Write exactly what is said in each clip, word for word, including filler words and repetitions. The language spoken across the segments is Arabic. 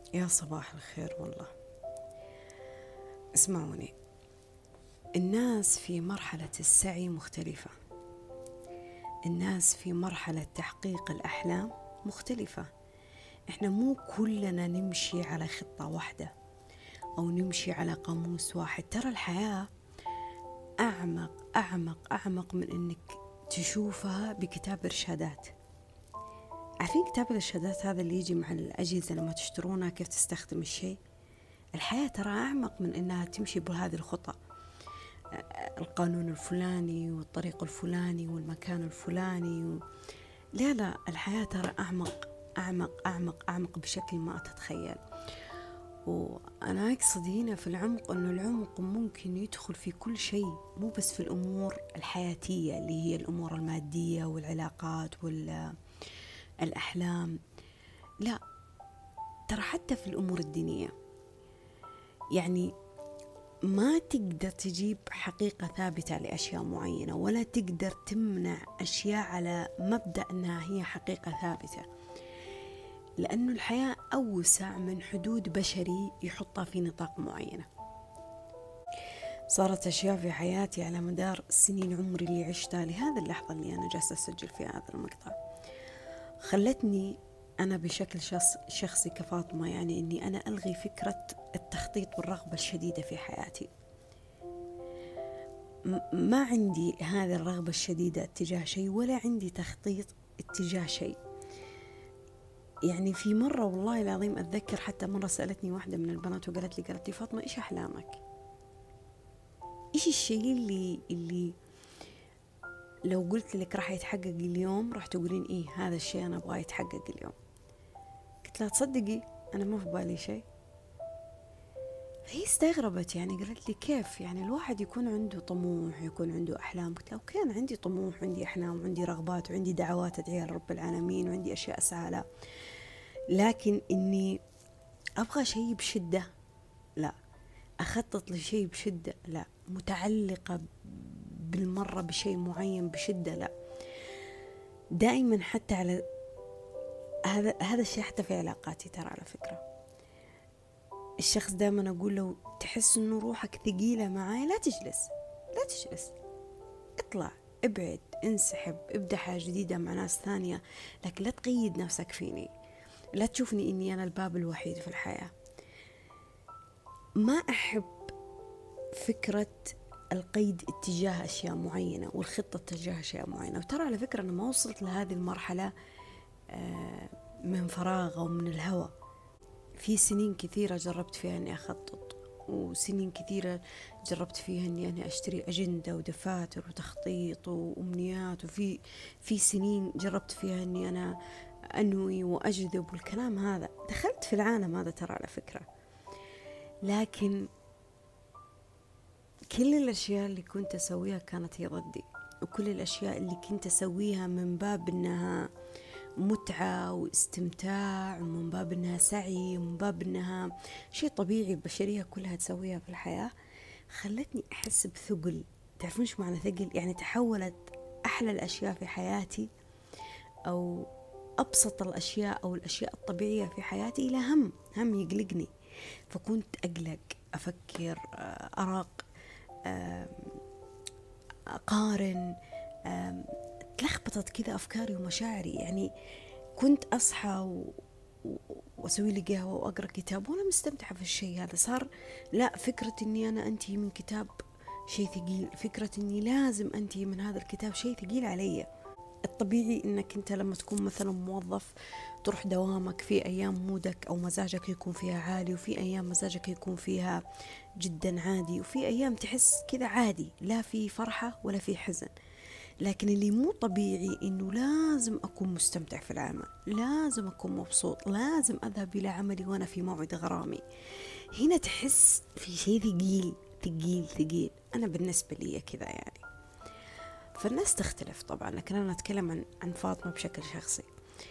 يا صباح الخير والله. اسمعوني، الناس في مرحلة السعي مختلفة، الناس في مرحلة تحقيق الأحلام مختلفة. احنا مو كلنا نمشي على خطة واحدة أو نمشي على قاموس واحد. ترى الحياة أعمق أعمق أعمق من أنك تشوفها بكتاب إرشادات. عارفين كتاب الإرشادات هذا اللي يجي مع الأجهزة لما تشترونها كيف تستخدم الشيء؟ الحياة ترى أعمق من أنها تمشي بهذه الخطة، القانون الفلاني والطريق الفلاني والمكان الفلاني و... لا لا، الحياة ترى أعمق أعمق أعمق أعمق بشكل ما تتخيل. وأنا أقصد هنا في العمق أنه العمق ممكن يدخل في كل شيء، مو بس في الأمور الحياتية اللي هي الأمور المادية والعلاقات والأحلام، لا، ترى حتى في الأمور الدينية. يعني ما تقدر تجيب حقيقة ثابتة لأشياء معينة، ولا تقدر تمنع أشياء على مبدأ أنها هي حقيقة ثابتة، لأنه الحياة أوسع من حدود بشري يحطها في نطاق معينة. صارت أشياء في حياتي على مدار سنين عمري اللي عشتها لهذا اللحظة اللي أنا جالسة أسجل فيها هذا المقطع، خلتني أنا بشكل شخص شخصي كفاطمة، يعني أني أنا ألغي فكرة التخطيط والرغبة الشديدة في حياتي. ما عندي هذه الرغبة الشديدة اتجاه شيء، ولا عندي تخطيط اتجاه شيء. يعني في مرة والله العظيم أتذكر، حتى مرة سألتني واحدة من البنات وقالت لي قالت لي فاطمة، إيش أحلامك؟ إيش الشيء اللي اللي لو قلت لك راح يتحقق اليوم راح تقولين إيه هذا الشيء أنا أبغاه يتحقق اليوم؟ قلت لها تصدقي أنا ما في بالي شيء. هي استغربت، يعني قالت لي كيف يعني الواحد يكون عنده طموح، يكون عنده أحلام؟ قلت لها أوكي، أنا عندي طموح وعندي أحلام وعندي رغبات وعندي دعوات أدعيها لرب العالمين وعندي أشياء أسعى لها، لكن إني أبغى شيء بشدة لا، أخطط لشيء بشدة لا، متعلقة بالمرة بشيء معين بشدة لا. دائما حتى على هذا هذا الشيء حتى في علاقاتي، ترى على فكرة الشخص دائما أقول له تحس إنه روحك ثقيلة معاي، لا تجلس لا تجلس، اطلع، ابعد، انسحب، ابدأ حاجة جديدة مع ناس ثانية، لكن لا تقيد نفسك فيني، لا تشوفني إني أنا الباب الوحيد في الحياة. ما أحب فكرة القيد اتجاه أشياء معينة والخطة اتجاه أشياء معينة. وترى على فكرة أنا ما وصلت لهذه المرحلة من فراغ أو من الهوى. في سنين كثيرة جربت فيها أني أخطط، وسنين كثيرة جربت فيها أني أنا أشتري أجندة ودفاتر وتخطيط وأمنيات، وفي في سنين جربت فيها أني أنا أنوي وأجذب والكلام هذا. دخلت في العالم هذا ترى على فكرة، لكن كل الأشياء اللي كنت أسويها كانت هي ضدي، وكل الأشياء اللي كنت أسويها من باب أنها متعة واستمتاع، ومن باب أنها سعي، ومن باب أنها شيء طبيعي البشرية كلها تسويها في الحياة، خلتني أحس بثقل. تعرفون شو معنى ثقل؟ يعني تحولت أحلى الأشياء في حياتي أو أبسط الأشياء أو الأشياء الطبيعية في حياتي إلى هم هم يقلقني. فكنت أقلق، أفكر، أراق، أقارن، تلخبطت كذا أفكاري ومشاعري. يعني كنت أصحى و... وأسوي لي قهوة وأقرأ كتاب وأنا مستمتعة في الشيء هذا، صار لا، فكرة أني أنا أنتهي من كتاب شيء ثقيل، فكرة أني لازم أنتهي من هذا الكتاب شيء ثقيل علي. الطبيعي أنك أنت لما تكون مثلا موظف تروح دوامك، في أيام مودك أو مزاجك يكون فيها عالي، وفي أيام مزاجك يكون فيها جدا عادي، وفي أيام تحس كذا عادي، لا في فرحة ولا في حزن. لكن اللي مو طبيعي إنه لازم أكون مستمتع في العمل، لازم أكون مبسوط، لازم أذهب إلى عملي وأنا في موعد غرامي. هنا تحس في شيء ثقيل ثقيل ثقيل. أنا بالنسبة لي كذا يعني، فالناس تختلف طبعا، لكن أنا أتكلم عن عن فاطمة بشكل شخصي.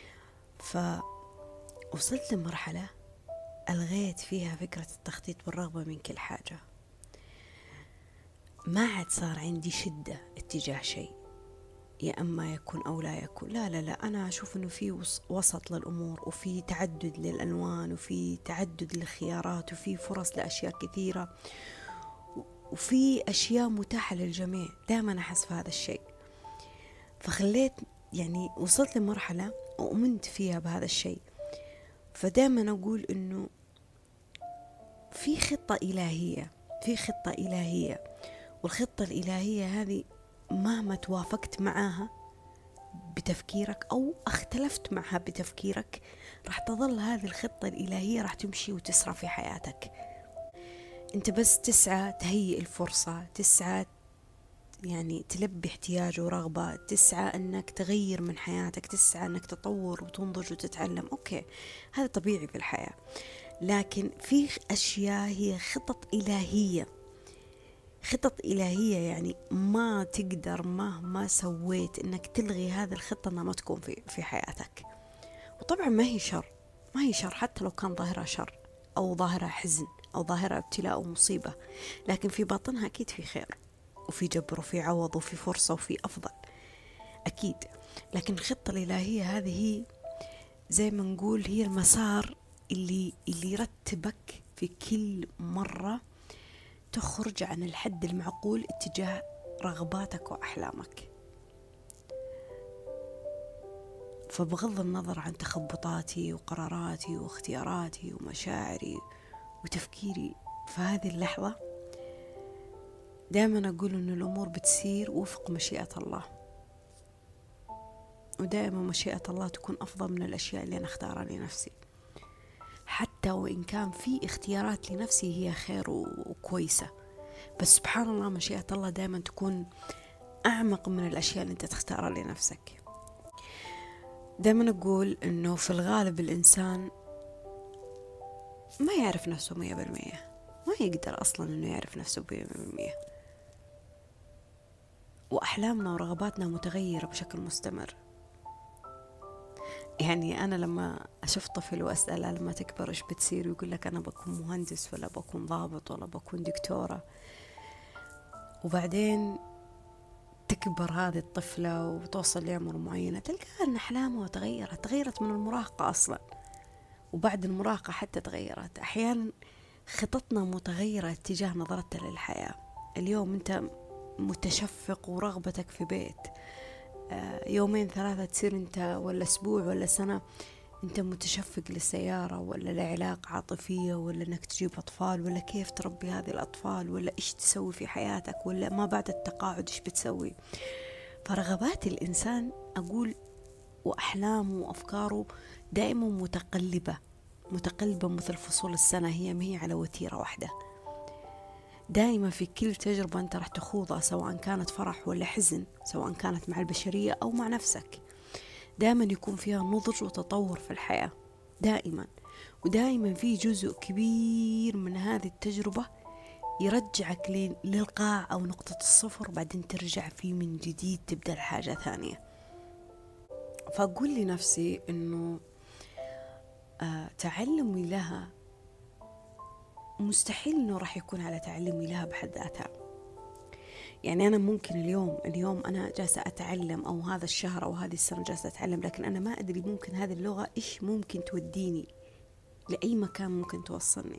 فوصلت لمرحلة ألغيت فيها فكرة التخطيط والرغبة من كل حاجة. ما عاد صار عندي شدة اتجاه شيء، يا أما يكون أو لا يكون. لا لا لا، أنا أشوف أنه في وسط للأمور، وفي تعدد للألوان، وفي تعدد للخيارات، وفي فرص لأشياء كثيرة، وفي أشياء متاحة للجميع. دائما أحس في هذا الشيء. فخليت يعني وصلت لمرحلة وأمنت فيها بهذا الشيء. فدائما أقول أنه في خطة إلهية، في خطة إلهية، والخطة الإلهية هذه مهما توافقت معاها بتفكيرك أو اختلفت معها بتفكيرك، راح تظل هذه الخطة الإلهية راح تمشي وتسرى في حياتك. أنت بس تسعى تهيئ الفرصة، تسعى يعني تلبي احتياج ورغبة، تسعى أنك تغير من حياتك، تسعى أنك تطور وتنضج وتتعلم. أوكي، هذا طبيعي في الحياة. لكن في أشياء هي خطط إلهية، خطط إلهية يعني ما تقدر مهما سويت أنك تلغي هذه الخطة أنها ما تكون في, في حياتك. وطبعا ما هي شر، ما هي شر حتى لو كان ظاهرها شر أو ظاهرها حزن أو ظاهرها ابتلاء أو مصيبة، لكن في باطنها أكيد في خير وفي جبر وفي عوض وفي فرصة وفي أفضل أكيد. لكن الخطة الإلهية هذه هي زي ما نقول هي المسار اللي, اللي يرتبك في كل مرة تخرج عن الحد المعقول اتجاه رغباتك وأحلامك. فبغض النظر عن تخبطاتي وقراراتي واختياراتي ومشاعري وتفكيري في هذه اللحظة، دائما أقول أن الأمور بتسير وفق مشيئة الله، ودائما مشيئة الله تكون أفضل من الأشياء اللي أنا اختارها لنفسي، حتى وإن كان في اختيارات لنفسي هي خير وكويسة، بس سبحان الله مشيئة الله دائما تكون أعمق من الأشياء اللي أنت تختارها لنفسك. دائما أقول أنه في الغالب الإنسان ما يعرف نفسه مية بالمية، ما يقدر أصلا أنه يعرف نفسه مية بالمية، وأحلامنا ورغباتنا متغيرة بشكل مستمر. يعني أنا لما أشوف طفل وأسأله لما تكبر إيش بتصير، ويقول لك أنا بكون مهندس ولا بكون ضابط ولا بكون دكتورة، وبعدين تكبر هذه الطفلة وتوصل لعمر معينة تلقى أن أحلامها تغيرت، تغيرت من المراهقة أصلا، وبعد المراهقة حتى تغيرت. أحيانا خططنا متغيرة تجاه نظرتنا للحياة. اليوم أنت متشفق ورغبتك في بيت، يومين ثلاثة تصير أنت ولا أسبوع ولا سنة أنت متشفق للسيارة ولا لعلاقة عاطفية ولا أنك تجيب أطفال ولا كيف تربي هذه الأطفال ولا إيش تسوي في حياتك ولا ما بعد التقاعد إيش بتسوي. فرغبات الإنسان أقول وأحلامه وأفكاره دائما متقلبة متقلبة مثل فصول السنة، هي ما هي على وتيرة واحدة. دائما في كل تجربة أنت راح تخوضها سواء كانت فرح ولا حزن، سواء كانت مع البشرية أو مع نفسك، دائما يكون فيها نضج وتطور في الحياة دائما. ودائما في جزء كبير من هذه التجربة يرجعك للقاع أو نقطة الصفر، بعدين ترجع فيه من جديد تبدأ الحاجة ثانية. فأقول لنفسي أنه آه تعلمي لها مستحيل أنه راح يكون على تعلمي لها بحد ذاتها. يعني أنا ممكن اليوم اليوم أنا جالسة أتعلم، أو هذا الشهر أو هذه السنة جالسة أتعلم، لكن أنا ما أدري ممكن هذه اللغة إيش ممكن توديني لأي مكان، ممكن توصلني.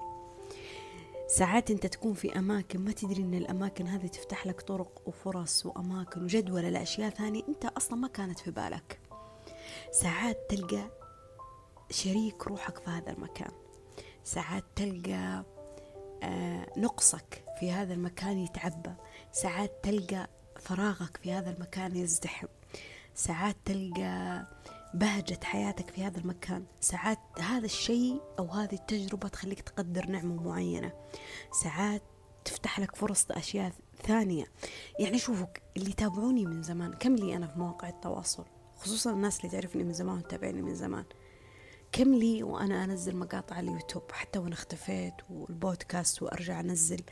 ساعات أنت تكون في أماكن ما تدري أن الأماكن هذه تفتح لك طرق وفرص وأماكن وجدولة لأشياء ثانية أنت أصلا ما كانت في بالك. ساعات تلقى شريك روحك في هذا المكان، ساعات تلقى آه نقصك في هذا المكان يتعبى، ساعات تلقى فراغك في هذا المكان يزدحم، ساعات تلقى بهجة حياتك في هذا المكان، ساعات هذا الشيء أو هذه التجربة تخليك تقدر نعمة معينة، ساعات تفتح لك فرص لأشياء ثانية. يعني شوفوا اللي تابعوني من زمان، كم لي أنا في مواقع التواصل، خصوصا الناس اللي تعرفني من زمان وتابعني من زمان، كم لي وأنا أنزل مقاطع على اليوتيوب حتى وأنا اختفيت، والبودكاست وأرجع أنزل.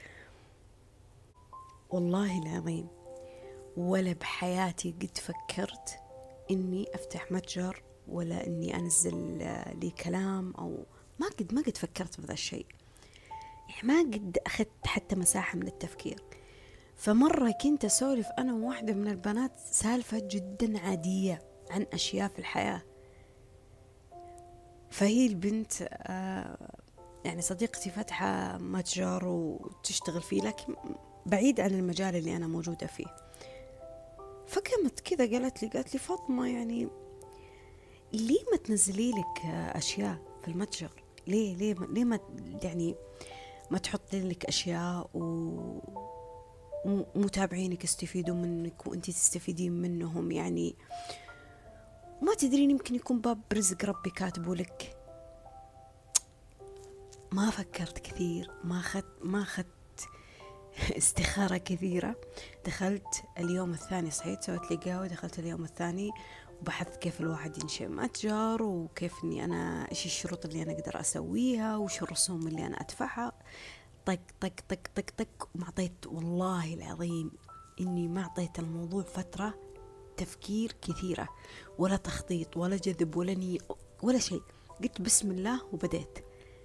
والله العظيم ولا بحياتي قد فكرت إني أفتح متجر ولا إني أنزل لي كلام، أو ما قد ما قد فكرت بهذا الشيء، يعني ما قد أخذت حتى مساحة من التفكير. فمرة كنت أسولف أنا وواحدة من البنات سالفة جدا عادية عن أشياء في الحياة، فهي البنت آه يعني صديقتي فاتحة متجر وتشتغل فيه، لكن بعيد عن المجال اللي أنا موجودة فيه. فقامت كذا قالت لي قالت لي فاطمة، يعني ليه ما تنزلي لك أشياء في المتجر؟ ليه ليه ليه ما يعني ما تحط لك أشياء و ومتابعينك يستفيدوا منك وانتي تستفيدين منهم، يعني ما تدرين يمكن يكون باب رزق ربي كاتبه لك. ما فكرت كثير، ما خدت ما خدت استخارة كثيرة. دخلت اليوم الثاني، صحيت سويت لي قهوة، دخلت اليوم الثاني وبحثت كيف الواحد ينشئ متجر، وكيف اني انا ايش الشروط اللي انا اقدر اسويها، وش الرسوم اللي انا ادفعها. طق طق طق طق طق ما اعطيت، والله العظيم اني ما اعطيت الموضوع فترة تفكير كثيرة، ولا تخطيط ولا جذب ولا نية ولا شيء. قلت بسم الله وبديت.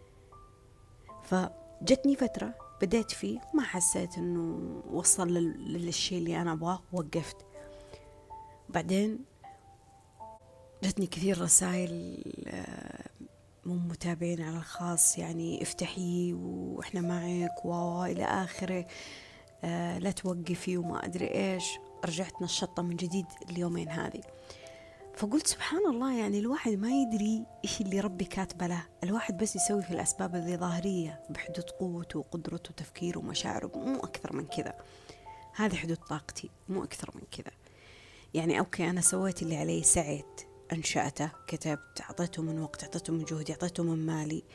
فجتني فترة بديت فيه، ما حسيت انه وصل للشيء اللي انا ابغاه، وقفت. بعدين جتني كثير رسائل من متابعين على الخاص، يعني افتحي واحنا معك والى اخره، آه لا توقفي وما ادري ايش. رجعت نشطة من جديد اليومين هذه. فقلت سبحان الله، يعني الواحد ما يدري إيش اللي ربي كاتبه له. الواحد بس يسوي في الأسباب اللي ظاهرية بحدود قوته وقدرته وتفكيره ومشاعره، مو أكثر من كذا. هذه حدود طاقتي، مو أكثر من كذا. يعني أوكي، أنا سويت اللي علي، سعيت، أنشأته، كتبت، أعطيته من وقت، أعطيته من جهدي، أعطيته من مالي.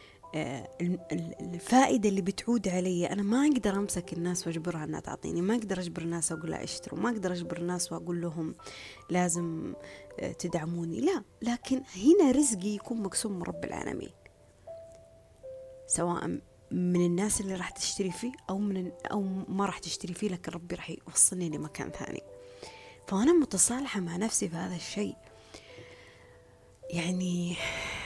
الفائدة اللي بتعود علي، أنا ما أقدر أمسك الناس وأجبرها أنها تعطيني، ما أقدر أجبر الناس وأقول لها اشتروا، ما أقدر أجبر الناس وأقول لهم لازم تدعموني، لا. لكن هنا رزقي يكون مقسوم من رب العالمين، سواء من الناس اللي راح تشتري فيه أو من أو ما راح تشتري فيه، لكن ربي راح يوصلني لمكان ثاني. فأنا متصالحة مع نفسي في هذا الشيء. يعني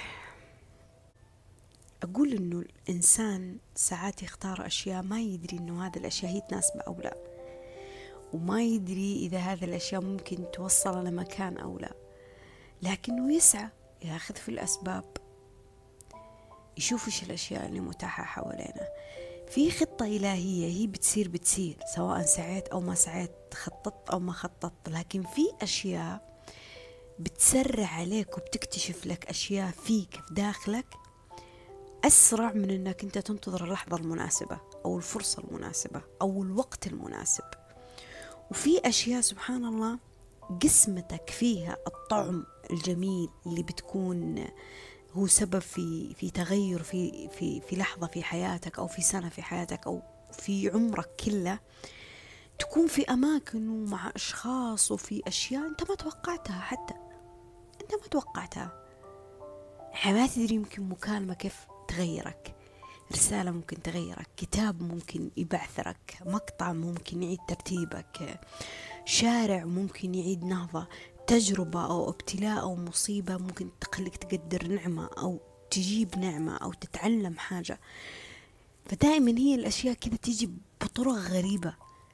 أقول إنه الإنسان ساعات يختار أشياء ما يدري إنه هذا الأشياء هي تناسبه أو لا، وما يدري إذا هذا الأشياء ممكن توصل لمكان أو لا، لكنه يسعى، ياخذ في الأسباب، يشوف إيش الأشياء اللي متاحة حوالينا. في خطة إلهية هي بتصير بتصير سواء سعيت أو ما سعيت، خططت أو ما خططت، لكن في أشياء بتسرع عليك وبتكتشف لك أشياء فيك في داخلك أسرع من أنك أنت تنتظر اللحظة المناسبة أو الفرصة المناسبة أو الوقت المناسب. وفي أشياء سبحان الله قسمتك فيها الطعم الجميل اللي بتكون هو سبب في في تغير في في في لحظة في حياتك، أو في سنة في حياتك، أو في عمرك كله، تكون في أماكن ومع أشخاص وفي أشياء أنت ما توقعتها، حتى أنت ما توقعتها. ما تدري، يمكن مكالمة كيف تغيرك، رسالة ممكن تغيرك، كتاب ممكن يبعثرك، مقطع ممكن يعيد ترتيبك، شارع ممكن يعيد نهضة، تجربة أو ابتلاء أو مصيبة ممكن تخليك تقدر نعمة أو تجيب نعمة أو تتعلم حاجة. فدائما هي الأشياء كذا تيجي بطرق غريبة.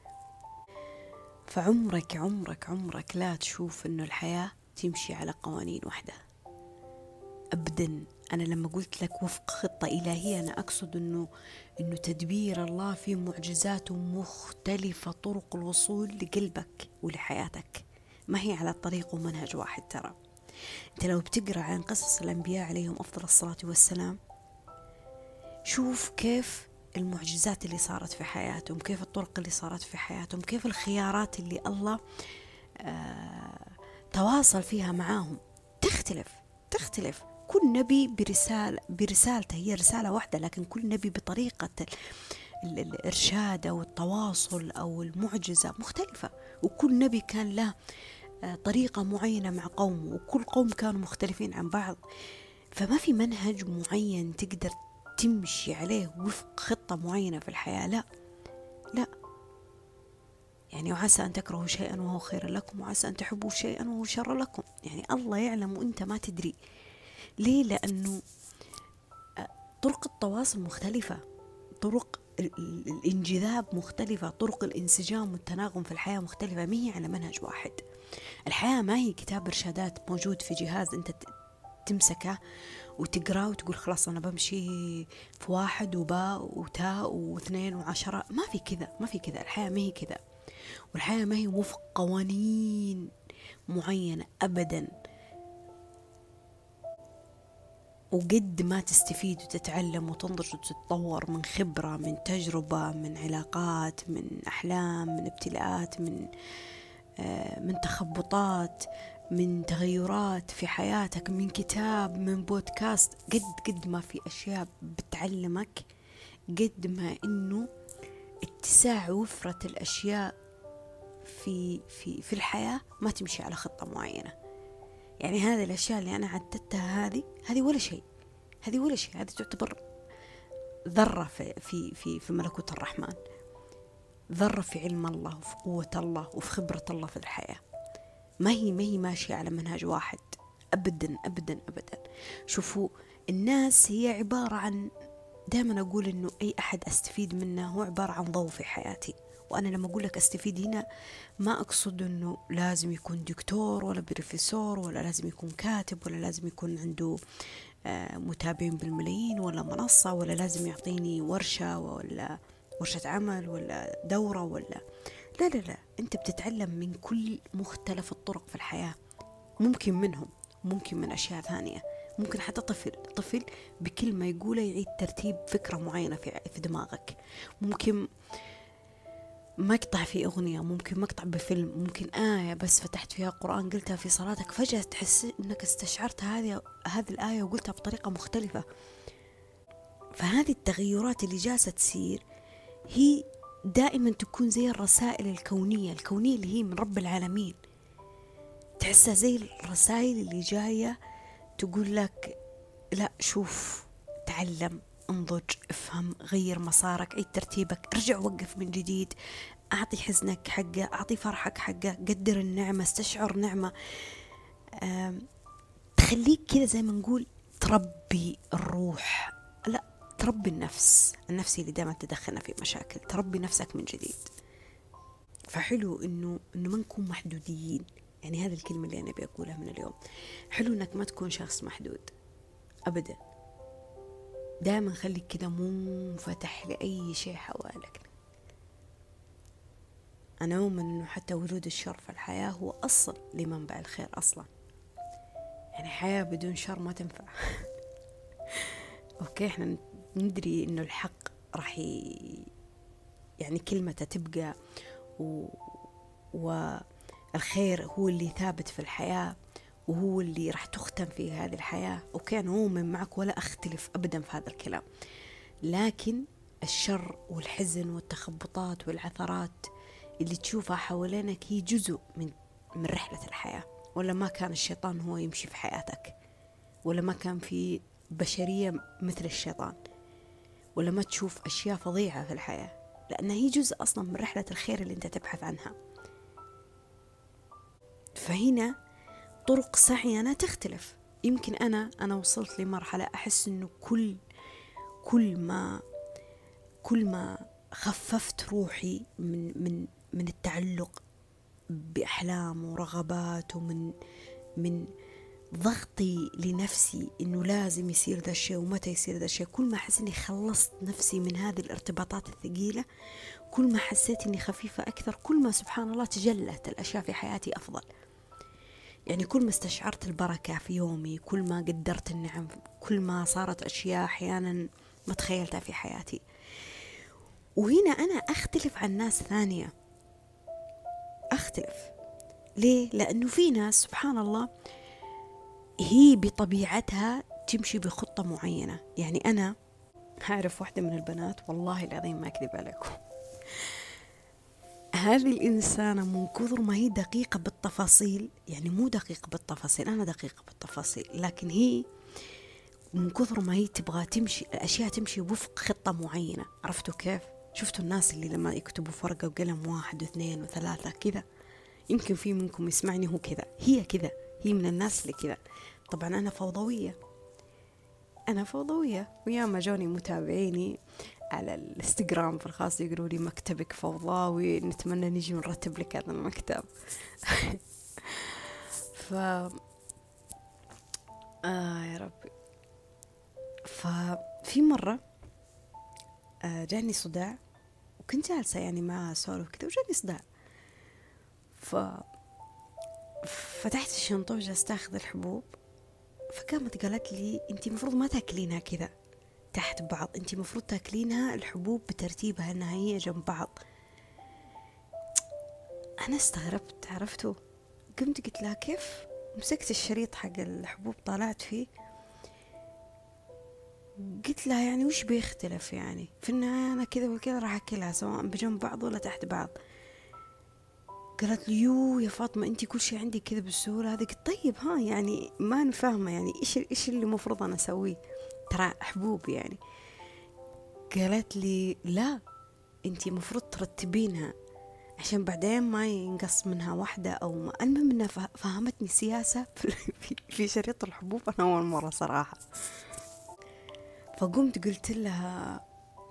فعمرك عمرك عمرك لا تشوف إنه الحياة تمشي على قوانين واحدة أبدا. أنا لما قلت لك وفق خطة إلهية، أنا أقصد إنه إنه تدبير الله فيه معجزات مختلفة، طرق الوصول لقلبك ولحياتك ما هي على طريق ومنهج واحد. ترى أنت لو بتقرأ عن قصص الأنبياء عليهم أفضل الصلاة والسلام، شوف كيف المعجزات اللي صارت في حياتهم، كيف الطرق اللي صارت في حياتهم، كيف الخيارات اللي الله آه تواصل فيها معاهم. تختلف تختلف كل نبي برسالة برسالته، هي رسالة واحدة، لكن كل نبي بطريقة الإرشاد أو التواصل أو المعجزة مختلفة، وكل نبي كان له طريقة معينة مع قومه، وكل قوم كانوا مختلفين عن بعض. فما في منهج معين تقدر تمشي عليه وفق خطة معينة في الحياة، لا لا. يعني وعسى أن تكرهوا شيئا وهو خير لكم، وعسى أن تحبوا شيئا وهو شر لكم. يعني الله يعلم وأنت ما تدري. ليه؟ لأنه طرق التواصل مختلفة، طرق الانجذاب مختلفة، طرق الانسجام والتناغم في الحياة مختلفة، ما هي على منهج واحد. الحياة ما هي كتاب إرشادات موجود في جهاز أنت تمسكه وتقرأ وتقول خلاص أنا بمشي في واحد وباء وتاء واثنين وعشرة. ما في كذا، ما في كذا. الحياة ما هي كذا، والحياة ما هي وفق قوانين معينة أبدا. وقد ما تستفيد وتتعلم وتنضج وتتطور من خبرة، من تجربة، من علاقات، من أحلام، من ابتلاءات، من آه من تخبطات، من تغيرات في حياتك، من كتاب، من بودكاست، قد قد ما في أشياء بتعلمك، قد ما إنه اتساع وفرة الأشياء في في في الحياة ما تمشي على خطة معينة. يعني هذه الأشياء اللي أنا عدتها هذه هذه ولا شيء، هذه ولا شيء، هذه تعتبر ذرة في في في في ملكوت الرحمن، ذرة في علم الله وفي قوة الله وفي خبرة الله في الحياة. ما هي ما هي ماشية على منهج واحد أبدا أبدا أبدا. شوفوا، الناس هي عبارة عن، دائما أقول إنه أي أحد أستفيد منه هو عبارة عن ضوء في حياتي. وأنا لما أقول لك أستفيد هنا ما أقصد إنه لازم يكون دكتور ولا بروفيسور ولا لازم يكون كاتب ولا لازم يكون عنده متابعين بالملايين ولا منصة ولا لازم يعطيني ورشة ولا ورشة عمل ولا دورة ولا لا لا لا. أنت بتتعلم من كل مختلف الطرق في الحياة، ممكن منهم ممكن من أشياء ثانية، ممكن حتى طفل طفل بكلمة يقوله يعيد ترتيب فكرة معينة في في دماغك، ممكن مقطع في أغنية، ممكن مقطع بفيلم، ممكن آية بس فتحت فيها قرآن قلتها في صلاتك فجأة تحس إنك استشعرت هذه هذه الآية وقلتها بطريقة مختلفة. فهذه التغيرات اللي جالسة تصير هي دائما تكون زي الرسائل الكونية الكونية اللي هي من رب العالمين. تحسها زي الرسائل اللي جاية تقول لك لا شوف، تعلم، انضج، افهم، غير مسارك، عيد ترتيبك، ارجع وقف من جديد، اعطي حزنك حقه، اعطي فرحك حقه، قدر النعمة، استشعر نعمة، تخليك كذا زي ما نقول تربي الروح، لا تربي النفس النفسي اللي دائما تدخلنا في مشاكل، تربي نفسك من جديد. فحلو انه انه ما نكون محدودين. يعني هذه الكلمة اللي انا بقولها من اليوم، حلو انك ما تكون شخص محدود ابدا. دائما خليك كده منفتح لأي شيء حوالك. أنا أؤمن أنه حتى وجود الشر في الحياة هو أصل لمنبع الخير أصلا. يعني حياة بدون شر ما تنفع. أوكي، إحنا ندري أنه الحق راح ي... يعني كلمته تبقى و... والخير هو اللي ثابت في الحياة وهو اللي راح تختم في هذه الحياة. أوكي، أنا أؤمن معك ولا أختلف أبدا في هذا الكلام، لكن الشر والحزن والتخبطات والعثرات اللي تشوفها حوالينك هي جزء من من رحلة الحياة. ولا ما كان الشيطان هو يمشي في حياتك، ولا ما كان في بشرية مثل الشيطان، ولا ما تشوف أشياء فظيعة في الحياة، لأنها هي جزء أصلا من رحلة الخير اللي أنت تبحث عنها. فهنا طرق سعينا تختلف. يمكن أنا أنا وصلت لمرحلة أحس إنه كل كل ما كل ما خففت روحي من من من التعلق بأحلام ورغبات ومن من ضغطي لنفسي إنه لازم يصير ذا الشيء ومتى يصير ذا الشيء، كل ما أحس إني خلصت نفسي من هذه الارتباطات الثقيلة، كل ما حسيت إني خفيفة أكثر، كل ما سبحان الله تجلت الأشياء في حياتي أفضل. يعني كل ما استشعرت البركة في يومي، كل ما قدرت النعم، كل ما صارت أشياء أحيانا ما تخيلتها في حياتي. وهنا أنا أختلف عن ناس ثانية، أختلف ليه؟ لأنه في ناس سبحان الله هي بطبيعتها تمشي بخطة معينة. يعني أنا أعرف واحدة من البنات والله العظيم ما أكذب عليكم، هذه الإنسانة من كثر ما هي دقيقة بالتفاصيل، يعني مو دقيقة بالتفاصيل، أنا دقيقة بالتفاصيل، لكن هي من كثر ما هي تبغى تمشي الأشياء تمشي وفق خطة معينة. عرفتوا كيف؟ شفتوا الناس اللي لما يكتبوا فرقة وقلم واحد واثنين وثلاثة كذا؟ يمكن في منكم يسمعني هو كذا، هي كذا، هي من الناس اللي كذا. طبعا أنا فوضوية، أنا فوضوية، وياما جوني متابعيني على الانستغرام في الخاص يقولوا لي مكتبك فوضاوي، نتمنى نيجي ونرتب لك هذا المكتب. ف آه يا ربي. ففي مرة آه جاني صداع، وكنت جالسة يعني مع أسولف كذا وجاني صداع، ف فتحت الشنطة وجلست أخذ الحبوب، فقامت قالت لي أنتي مفروض ما تاكلينها كذا تحت بعض، أنتي مفروض تاكلينها الحبوب بترتيبها أنها هي جنب بعض. أنا استغربت، عرفتوا، قمت قلت لها كيف، مسكت الشريط حق الحبوب طالعت فيه، قلت لها يعني وش بيختلف يعني في النهاية أنا كذا وكذا راح أكلها سواء بجنب بعض ولا تحت بعض. قالت لي يو يا فاطمة أنتي كل شيء عندك كذا بالسهولة هذه. قلت طيب ها يعني ما أنا فاهمة يعني إيش إيش اللي مفروض أنا أسويه، ترى حبوب يعني. قالت لي لا أنتي مفروض ترتبينها عشان بعدين ما ينقص منها واحدة أو ما. المهم إنها فهمتني سياسة في, في شريط الحبوب أنا أول مرة صراحة. فقمت قلت لها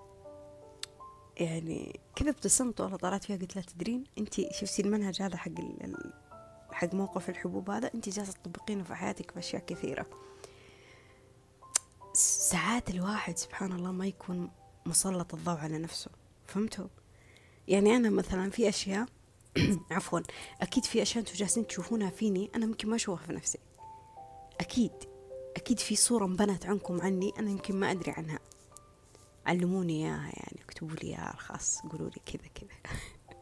يعني كذا، ابتسمت والله طلعت فيها قلت لها تدرين انتي شفتي المنهج هذا حق حق موقف الحبوب هذا انتي جالسة تطبقينه في حياتك في أشياء كثيرة. ساعات الواحد سبحان الله ما يكون مسلط الضوء على نفسه، فهمتوا يعني. أنا مثلا في أشياء عفوا أكيد في أشياء أنتوا جالسين تشوفونها فيني أنا ممكن ما أشوفها في نفسي، أكيد أكيد في صورة انبنت عنكم عني أنا يمكن ما أدري عنها، علموني إياها يعني، اكتبوا لي إياها الخاص، قولوا لي كذا كذا.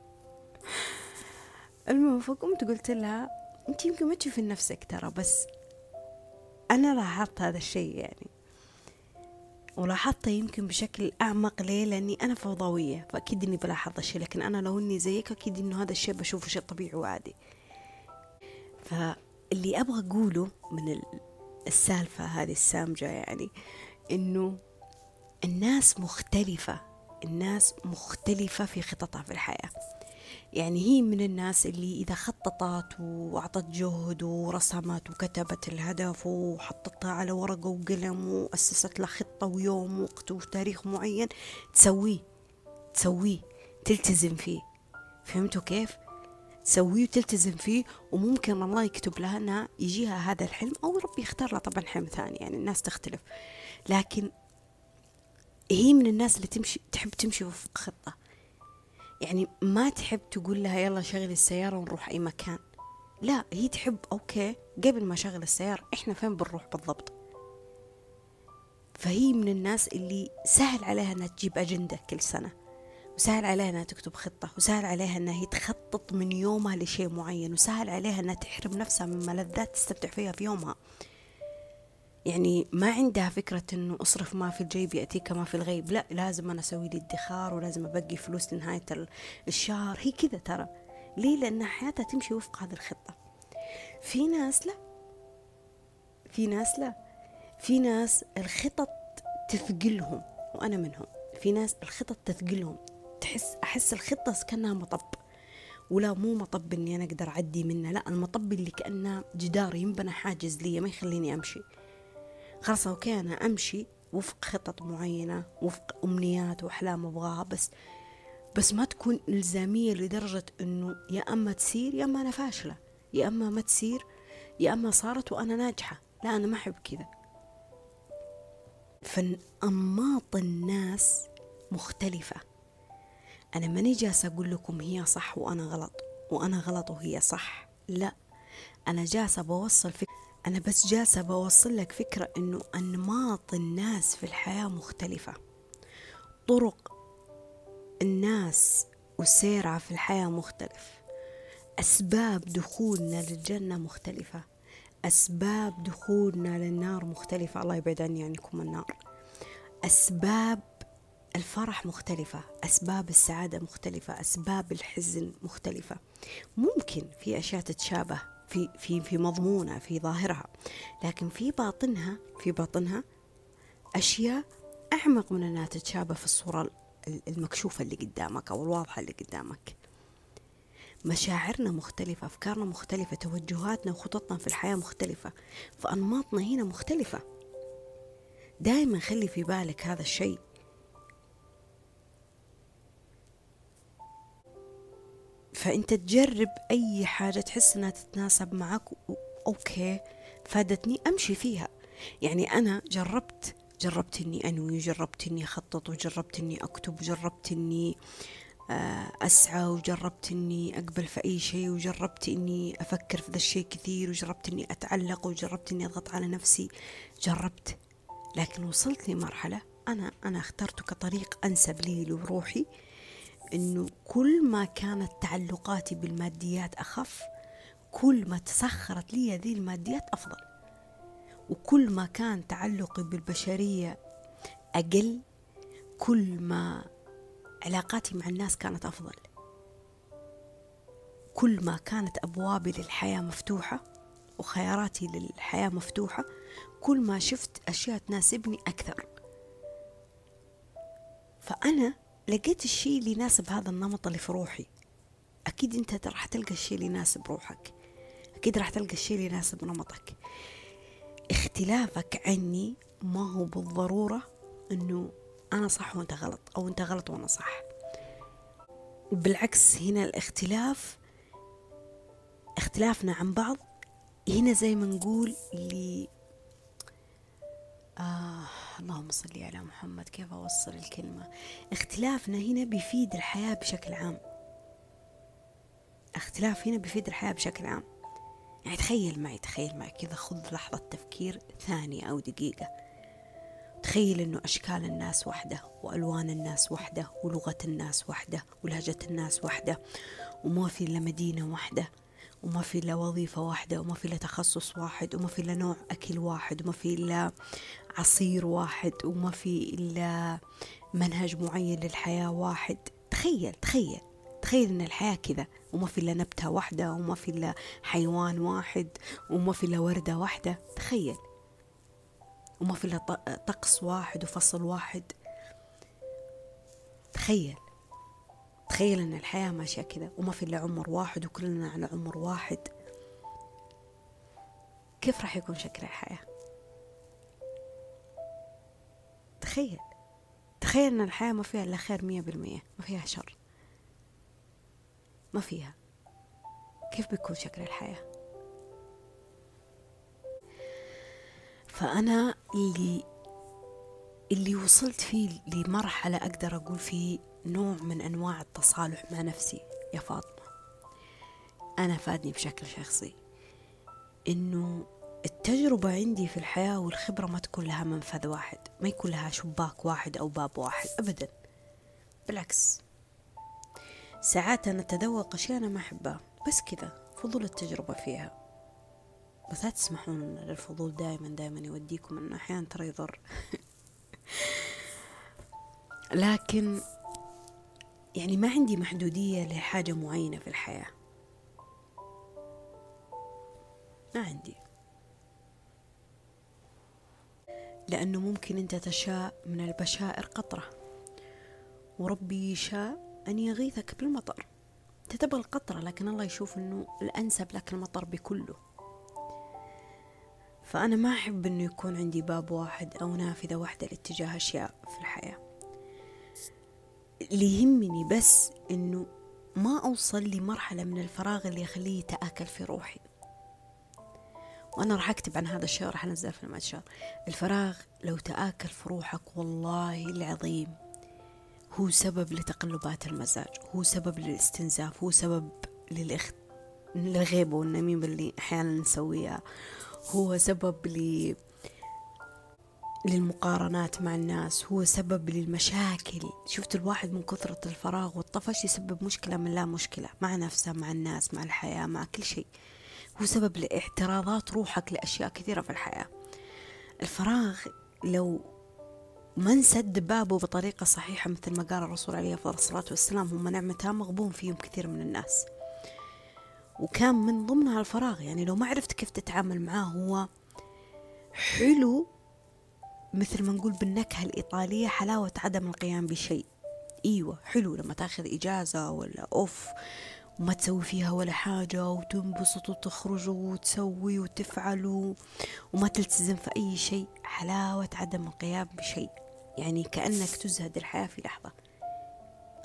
المهم فقمت قلت لها أنت يمكن ما تشوفين نفسك ترى، بس أنا لاحظت هذا الشيء يعني، ولاحظته يمكن بشكل أعمق. ليه؟ لأني أنا فوضوية فأكيد إني بلاحظ الشيء، لكن أنا لو إني زيك أكيد إنه هذا الشيء بشوفه شيء طبيعي وعادي. فاللي أبغى أقوله من السالفة هذه السامجة يعني إنه الناس مختلفة، الناس مختلفة في خططها في الحياة. يعني هي من الناس اللي إذا خططت وأعطت جهد ورسمت وكتبت الهدف وحطتها على ورقة وقلم وأسست له خطة ويوم ووقت وتاريخ معين تسويه تسويه تلتزم فيه. فهمتوا كيف؟ تسويه وتلتزم فيه، وممكن الله يكتب لها أنها يجيها هذا الحلم أو ربي يختار لها طبعا حلم ثاني، يعني الناس تختلف. لكن هي من الناس اللي تمشي تحب تمشي وفق خطة، يعني ما تحب تقول لها يلا شغل السيارة ونروح أي مكان، لا هي تحب أوكي قبل ما شغل السيارة إحنا فين بنروح بالضبط. فهي من الناس اللي سهل عليها أنها تجيب أجندة كل سنة، وسهل عليها أنها تكتب خطة، وسهل عليها أنها هي تخطط من يومها لشيء معين، وسهل عليها أنها تحرم نفسها من ملذات تستمتع فيها في يومها. يعني ما عندها فكرة أنه أصرف ما في الجيب يأتيك ما في الغيب، لا لازم أنا أسوي لي ادخار ولازم أبقي فلوس لنهاية الشهر. هي كذا ترى. ليه؟ لأن حياتها تمشي وفق هذه الخطة. في ناس لا في ناس لا في ناس الخطط تثقلهم، وأنا منهم. في ناس الخطط تثقلهم، تحس أحس الخطة كأنها مطب، ولا مو مطب إني أنا أقدر أعدي منه، لا المطب اللي كأنه جدار ينبنى حاجز لي ما يخليني أمشي. خلاص أوكي أنا أمشي وفق خطط معينة وفق أمنيات وأحلام أبغاها، بس بس ما تكون إلزامية لدرجة إنه يا أما تسير يا أما أنا فاشلة، يا أما ما تسير يا أما صارت وأنا ناجحة. لا أنا ما أحب كذا. فأنماط الناس مختلفة. أنا ماني جالسة أقول لكم هي صح وأنا غلط وأنا غلط وهي صح، لا أنا جالسة بوصل فكرة، أنا بس جالسة بوصل لك فكرة إنه أنماط الناس في الحياة مختلفة، طرق الناس وسيرها في الحياة مختلف، أسباب دخولنا للجنة مختلفة، أسباب دخولنا للنار مختلفة، الله يبعد عني عنكم النار. أسباب الفرح مختلفة، أسباب السعادة مختلفة، أسباب الحزن مختلفة. ممكن في أشياء تتشابه في في في مضمونها في ظاهرها، لكن في باطنها في باطنها أشياء أعمق من أنها تتشابه في الصورة المكشوفة اللي قدامك أو الواضحة اللي قدامك. مشاعرنا مختلفة، أفكارنا مختلفة، توجهاتنا وخططنا في الحياة مختلفة، فأنماطنا هنا مختلفة. دائما خلي في بالك هذا الشيء. فأنت تجرب أي حاجة تحس أنها تتناسب معك، أوكي فادتني أمشي فيها. يعني أنا جربت جربت إني أنوي، وجربت إني أخطط، وجربت إني أكتب، وجربت إني أسعى، وجربت إني أقبل في أي شيء، وجربت إني أفكر في ذا الشيء كثير، وجربت إني أتعلق، وجربت إني أضغط على نفسي، جربت. لكن وصلت لمرحلة أنا أنا اخترته كطريق أنسب لي لروحي، إنه كل ما كانت تعلقاتي بالماديات أخف، كل ما تسخرت لي هذه الماديات أفضل، وكل ما كان تعلقي بالبشرية أقل، كل ما علاقاتي مع الناس كانت أفضل، كل ما كانت أبوابي للحياة مفتوحة وخياراتي للحياة مفتوحة، كل ما شفت أشياء تناسبني أكثر. فأنا لقيت الشيء اللي يناسب هذا النمط اللي في روحي. أكيد أنت راح تلقى الشيء اللي يناسب روحك، أكيد راح تلقى الشيء اللي يناسب نمطك. اختلافك عني ما هو بالضرورة أنه أنا صح وأنت غلط، أو أنت غلط وأنا صح. بالعكس، هنا الاختلاف اختلافنا عن بعض هنا زي ما نقول لي آه اللهم صل على محمد، كيف أوصل الكلمة؟ اختلافنا هنا بيفيد الحياة بشكل عام. اختلاف هنا بيفيد الحياة بشكل عام. يعني تخيل معي تخيل معي كذا، خذ لحظة تفكير ثانية أو دقيقة. تخيل إنه أشكال الناس واحدة، وألوان الناس واحدة، ولغة الناس واحدة، ولهجة الناس واحدة، وما في إلا مدينة واحدة، وما في إلا وظيفة واحدة، وما في إلا تخصص واحد، وما في إلا نوع أكل واحد، وما في إلا عصير واحد، وما في إلا منهج معين للحياة واحد. تخيل تخيل تخيل إن الحياة كذا، وما في إلا نبتة واحدة، وما في إلا حيوان واحد، وما في إلا وردة واحدة. تخيل، وما في إلا طقس واحد وفصل واحد. تخيل تخيل إن الحياة ماشية كذا، وما في إلا عمر واحد، وكلنا على عمر واحد. كيف راح يكون شكل الحياة؟ تخيل تخيل إن الحياة ما فيها إلا خير مية بالمية، ما فيها شر، ما فيها. كيف بيكون شكل الحياة؟ فأنا اللي اللي وصلت فيه لمرحلة أقدر أقول فيه نوع من أنواع التصالح مع نفسي يا فاطمة. أنا فادني بشكل شخصي إنه التجربة عندي في الحياة والخبرة ما تكون لها منفذ واحد، ما يكون لها شباك واحد أو باب واحد أبدا. بالعكس، ساعات أنا أتذوق أشياء أنا ما أحبها، بس كذا فضول التجربة فيها. بس لا تسمحون للفضول دائما دائما يوديكم، إنه أحيانا ترى يضر. لكن يعني ما عندي محدودية لحاجة معينة في الحياة، ما عندي. لأنه ممكن أنت تشاء من البشائر قطرة، وربي يشاء أن يغيثك بالمطر. تتبغى القطرة، لكن الله يشوف أنه الأنسب لك المطر بكله. فأنا ما أحب أنه يكون عندي باب واحد أو نافذة واحدة لاتجاه أشياء في الحياة. اللي يهمني بس أنه ما أوصل لمرحلة من الفراغ اللي يخليه يتآكل في روحي. وأنا راح أكتب عن هذا الشيء، راح أنزل في المنشور. الفراغ لو تآكل في روحك والله العظيم هو سبب لتقلبات المزاج، هو سبب للاستنزاف، هو سبب للإخت... للغيبة والنميمة اللي أحيانا نسويها، هو سبب ل... للمقارنات مع الناس، هو سبب للمشاكل. شفت الواحد من كثرة الفراغ والطفش يسبب مشكلة من لا مشكلة مع نفسه، مع الناس، مع الحياة، مع كل شيء. هو سبب لاعتراضات روحك لأشياء كثيرة في الحياة. الفراغ لو ما نسد بابه بطريقة صحيحة، مثل ما قال الرسول عليه أفضل الصلاة والسلام، هم نعمتان مغبون فيهم كثير من الناس. وكان من ضمنها الفراغ. يعني لو ما عرفت كيف تتعامل معاه، هو حلو مثل ما نقول بالنكهة الإيطالية حلاوة عدم القيام بشيء. إيوة حلو لما تاخذ إجازة ولا أوف وما تسوي فيها ولا حاجة، وتنبسط وتخرج وتسوي وتفعل وما تلتزم في أي شيء. حلاوة عدم القيام بشيء، يعني كأنك تزهد الحياة في لحظة.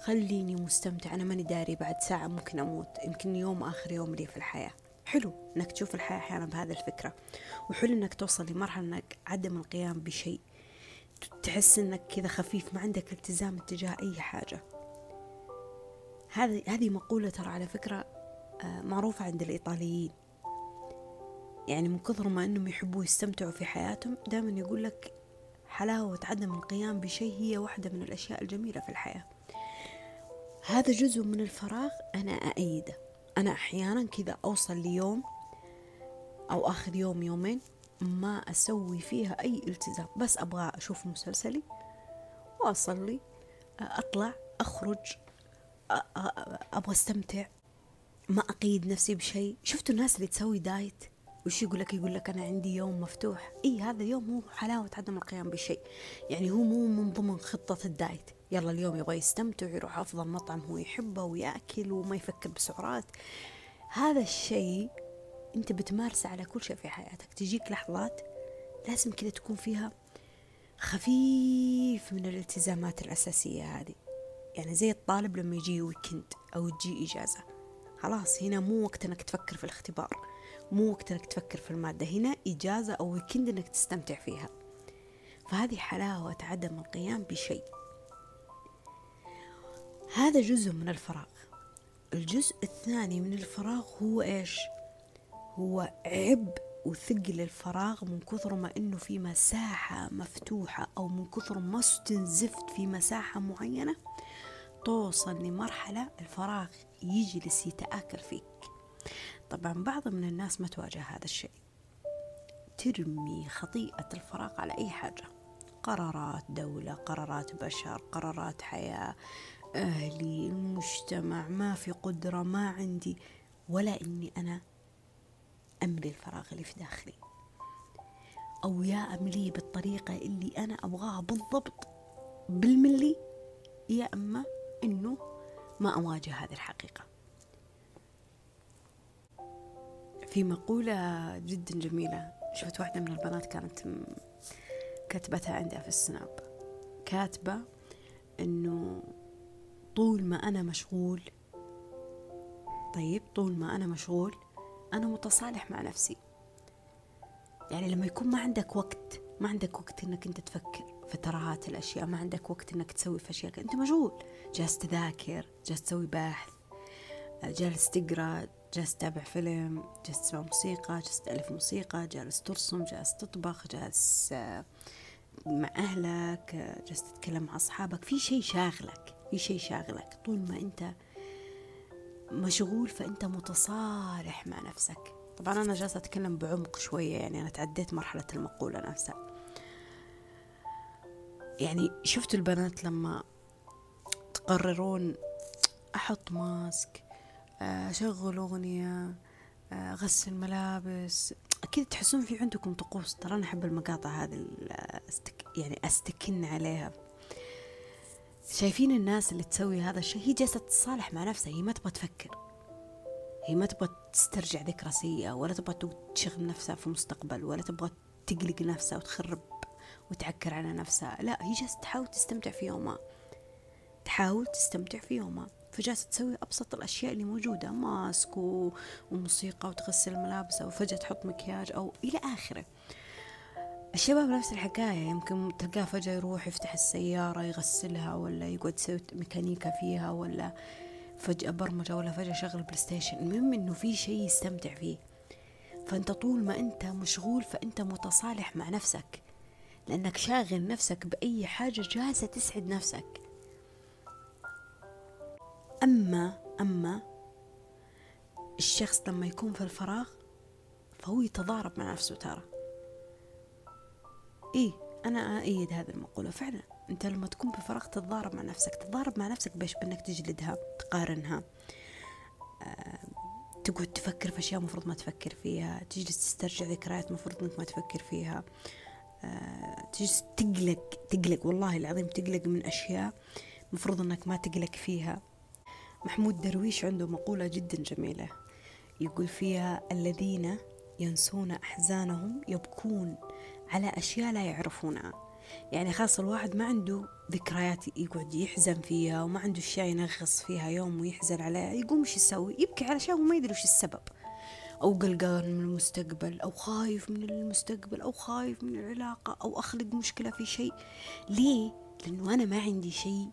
خليني مستمتع، أنا ماني داري بعد ساعة ممكن أموت، يمكن يوم آخر يوم لي في الحياة. حلو إنك تشوف الحياة أحيانا بهذه الفكرة، وحلو إنك توصل لمرحلة إنك عدم القيام بشيء، تحس إنك كذا خفيف، ما عندك التزام اتجاه أي حاجة. هذه هذه مقولة ترى على فكرة معروفة عند الإيطاليين، يعني من كثر ما إنهم يحبوا يستمتعوا في حياتهم دائما يقول لك حلاوة عدم القيام بشيء هي واحدة من الأشياء الجميلة في الحياة. هذا جزء من الفراغ أنا أأيده. أنا أحيانا كذا أوصل ليوم أو آخر يوم يومين ما أسوي فيها أي التزام، بس أبغى أشوف مسلسلي وأصلي، أطلع أخرج، أبغى أستمتع، ما أقيد نفسي بشيء. شفتوا الناس اللي تسوي دايت وش يقول لك؟ يقول لك أنا عندي يوم مفتوح. إيه هذا اليوم هو حلاوة عدم القيام بشيء، يعني هو مو من ضمن خطة الدايت. يلا اليوم يبغى يستمتع، يروح أفضل مطعم هو يحبه ويأكل وما يفكر بسعرات. هذا الشيء أنت بتمارسه على كل شيء في حياتك. تجيك لحظات لازم كده تكون فيها خفيف من الالتزامات الأساسية هذه، يعني زي الطالب لما يجي ويكند أو تجي إجازة، خلاص هنا مو وقت أنك تفكر في الاختبار، مو وقت أنك تفكر في المادة، هنا إجازة أو ويكند أنك تستمتع فيها. فهذه حلاوة عدم القيام بشيء. هذا جزء من الفراغ. الجزء الثاني من الفراغ هو إيش؟ هو عبء وثقل الفراغ من كثر ما إنه في مساحة مفتوحة، أو من كثر ما استنزفت في مساحة معينة توصل لمرحلة الفراغ يجلس يتآكل فيك. طبعا بعض من الناس ما تواجه هذا الشيء، ترمي خطيئة الفراغ على أي حاجة، قرارات دولة، قرارات بشر، قرارات حياة، أهلي، المجتمع، ما في قدرة، ما عندي، ولا إني أنا أملي الفراغ اللي في داخلي، أو يا أمليه بالطريقة اللي أنا أبغاها بالضبط بالملي، يا أما إنه ما أواجه هذه الحقيقة. في مقولة جدا جميلة شفت واحدة من البنات كانت كاتبتها عندها في السناب، كاتبة إنه طول ما أنا مشغول، طيب طول ما أنا مشغول أنا متصالح مع نفسي. يعني لما يكون ما عندك وقت، ما عندك وقت إنك أنت تفكر في ترهات الأشياء، ما عندك وقت إنك تسوي في أشياء، أنت مشغول، جالس تذاكر، جالس تسوي بحث، جالس تقرأ، جالس تتابع فيلم، جالس تسمع موسيقى، جالس تألف موسيقى، جالس ترسم، جالس تطبخ، جالس مع أهلك، جالس تتكلم مع أصحابك، في شيء شاغلك، في شيء شاغلك. طول ما أنت مشغول فأنت متصالح مع نفسك. طبعا أنا جالسة أتكلم بعمق شوية، يعني أنا تعديت مرحلة المقولة نفسها. يعني شفت البنات لما تقررون أحط ماسك، أشغل أغنية، أغسل ملابس، أكيد تحسون في عندكم طقوس. ترى أنا أحب المقاطع هذه يعني أستكن عليها. شايفين الناس اللي تسوي هذا الشيء هي جالسة تتصالح مع نفسها، هي ما تبغى تفكر، هي ما تبغى تسترجع ذكرى سيئة، ولا تبغى تشغل نفسها في مستقبل، ولا تبغى تقلق نفسها وتخرب وتعكر على نفسها. لا، هي جالسة تحاول تستمتع في يومها، تحاول تستمتع في يومها، فجالسة تسوي أبسط الأشياء اللي موجودة، ماسك وموسيقى وتغسل الملابس، أو فجأة تحط مكياج أو إلى آخره. الشباب نفس الحكاية، يمكن تلقاه فجأة يروح يفتح السيارة يغسلها، ولا يقعد يسوي ميكانيكا فيها، ولا فجأة برمجة، ولا فجأة شغل بلاي ستيشن. المهم إنه في شيء يستمتع فيه. فأنت طول ما أنت مشغول فأنت متصالح مع نفسك، لأنك شاغل نفسك بأي حاجة جالسة تسعد نفسك. أما أما الشخص لما يكون في الفراغ فهو يتضارب مع نفسه. ترى إيه، أنا أؤيد هذه المقولة فعلا. أنت لما تكون بفراغ تتضارب مع نفسك، تتضارب مع نفسك بإيش؟ بأنك تجلدها، تقارنها، آه، تقعد تفكر في أشياء مفروض ما تفكر فيها، تجلس تسترجع ذكريات مفروض أنك ما تفكر فيها، آه، تجلس تقلق تقلق والله العظيم تقلق من أشياء مفروض أنك ما تقلق فيها. محمود درويش عنده مقولة جدا جميلة يقول فيها: الذين ينسون أحزانهم يبكون على أشياء لا يعرفونها. يعني خاص الواحد ما عنده ذكريات يقعد يحزن فيها، وما عنده أشياء ينغص فيها يوم ويحزن عليها، يقوم وش يسوي؟ يبكي على شيء وما يدري وش السبب، أو قلقان من المستقبل، أو خايف من المستقبل، أو خايف من العلاقة، أو أخلق مشكلة في شيء. ليه؟ لأنه أنا ما عندي شيء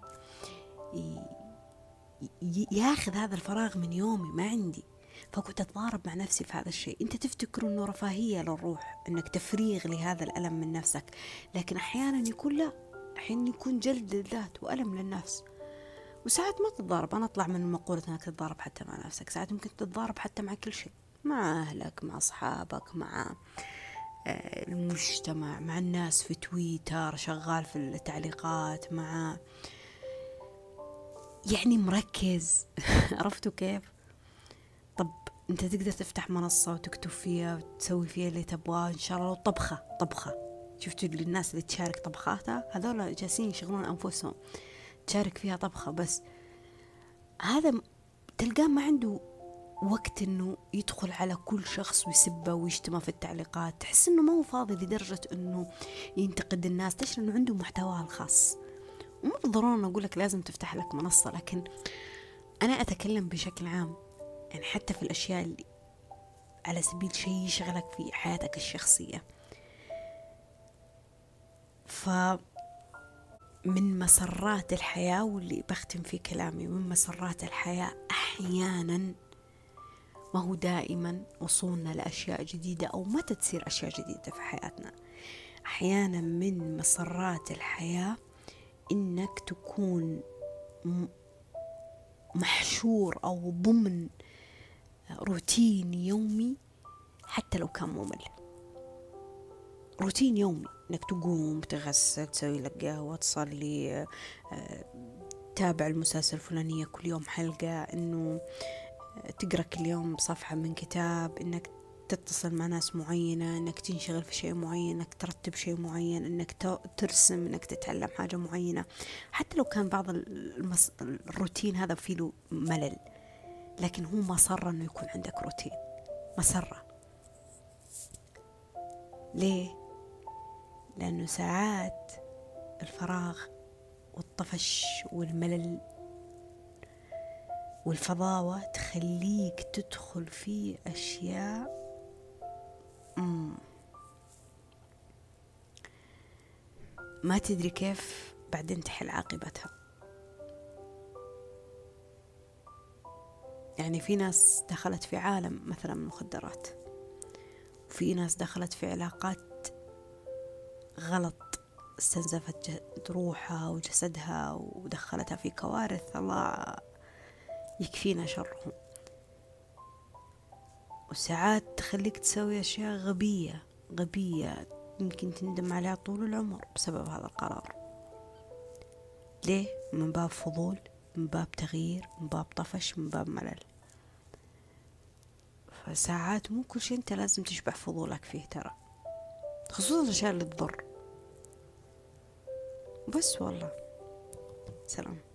ياخذ هذا الفراغ من يومي، ما عندي. فكنت أتضارب مع نفسي في هذا الشيء. أنت تفتكر أنه رفاهية للروح، أنك تفريغ لهذا الألم من نفسك، لكن أحيانا يكون لا، أحيانا يكون جلد للذات وألم للنفس. وساعات ما تتضارب، أنا أطلع من مقولة أنك تتضارب حتى مع نفسك، ساعات ممكن تتضارب حتى مع كل شيء، مع أهلك، مع أصحابك، مع المجتمع، مع الناس في تويتر، شغال في التعليقات، مع يعني مركز. عرفتوا كيف؟ طب انت تقدر تفتح منصة وتكتب فيها وتسوي فيها اللي تبغاه، ان شاء الله طبخة طبخة. شفتوا الناس اللي تشارك طبخاتها، هذول جالسين يشغلون انفسهم، تشارك فيها طبخة بس. هذا تلقاه ما عنده وقت انه يدخل على كل شخص ويسبه ويشتمه في التعليقات. تحس انه ما هو فاضي لدرجة انه ينتقد الناس. تشعر انه عنده محتواه الخاص. ومو بالضرورة اقول لك لازم تفتح لك منصة، لكن انا اتكلم بشكل عام، يعني حتى في الاشياء اللي على سبيل شيء يشغلك في حياتك الشخصية. فمن مسرات الحياة، واللي بختم في كلامي، من مسرات الحياة أحيانا، ما هو دائما وصولنا لأشياء جديدة أو متى تصير أشياء جديدة في حياتنا. أحيانا من مسرات الحياة إنك تكون محشور أو ضمن روتين يومي حتى لو كان ممل. روتين يومي انك تقوم تغسل، تسوي لك قهوة، تصلي، تتابع المسلسل الفلانية كل يوم حلقة، انه تقرأ كل يوم صفحة من كتاب، انك تتصل مع ناس معينة، انك تنشغل في شيء معين، انك ترتب شيء معين، انك ترسم، انك تتعلم حاجة معينة. حتى لو كان بعض المس... الروتين هذا فيه له ملل، لكن هو مسرة انه يكون عندك روتين، مسرة. ليه؟ لأنه ساعات الفراغ والطفش والملل والفضاوة تخليك تدخل في أشياء مم. ما تدري كيف بعدين تحل عاقبتها. يعني في ناس دخلت في عالم مثلا مخدرات، وفي ناس دخلت في علاقات غلط، استنزفت روحها وجسدها ودخلتها في كوارث، الله يكفينا شرهم. وساعات تخليك تسوي أشياء غبية غبية يمكن تندم عليها طول العمر بسبب هذا القرار. ليه؟ من باب فضول، من باب تغيير، من باب طفش، من باب ملل. فساعات مو كل شيء انت لازم تشبع فضولك فيه ترى، خصوصا الأشياء اللي تضر. بس والله سلام.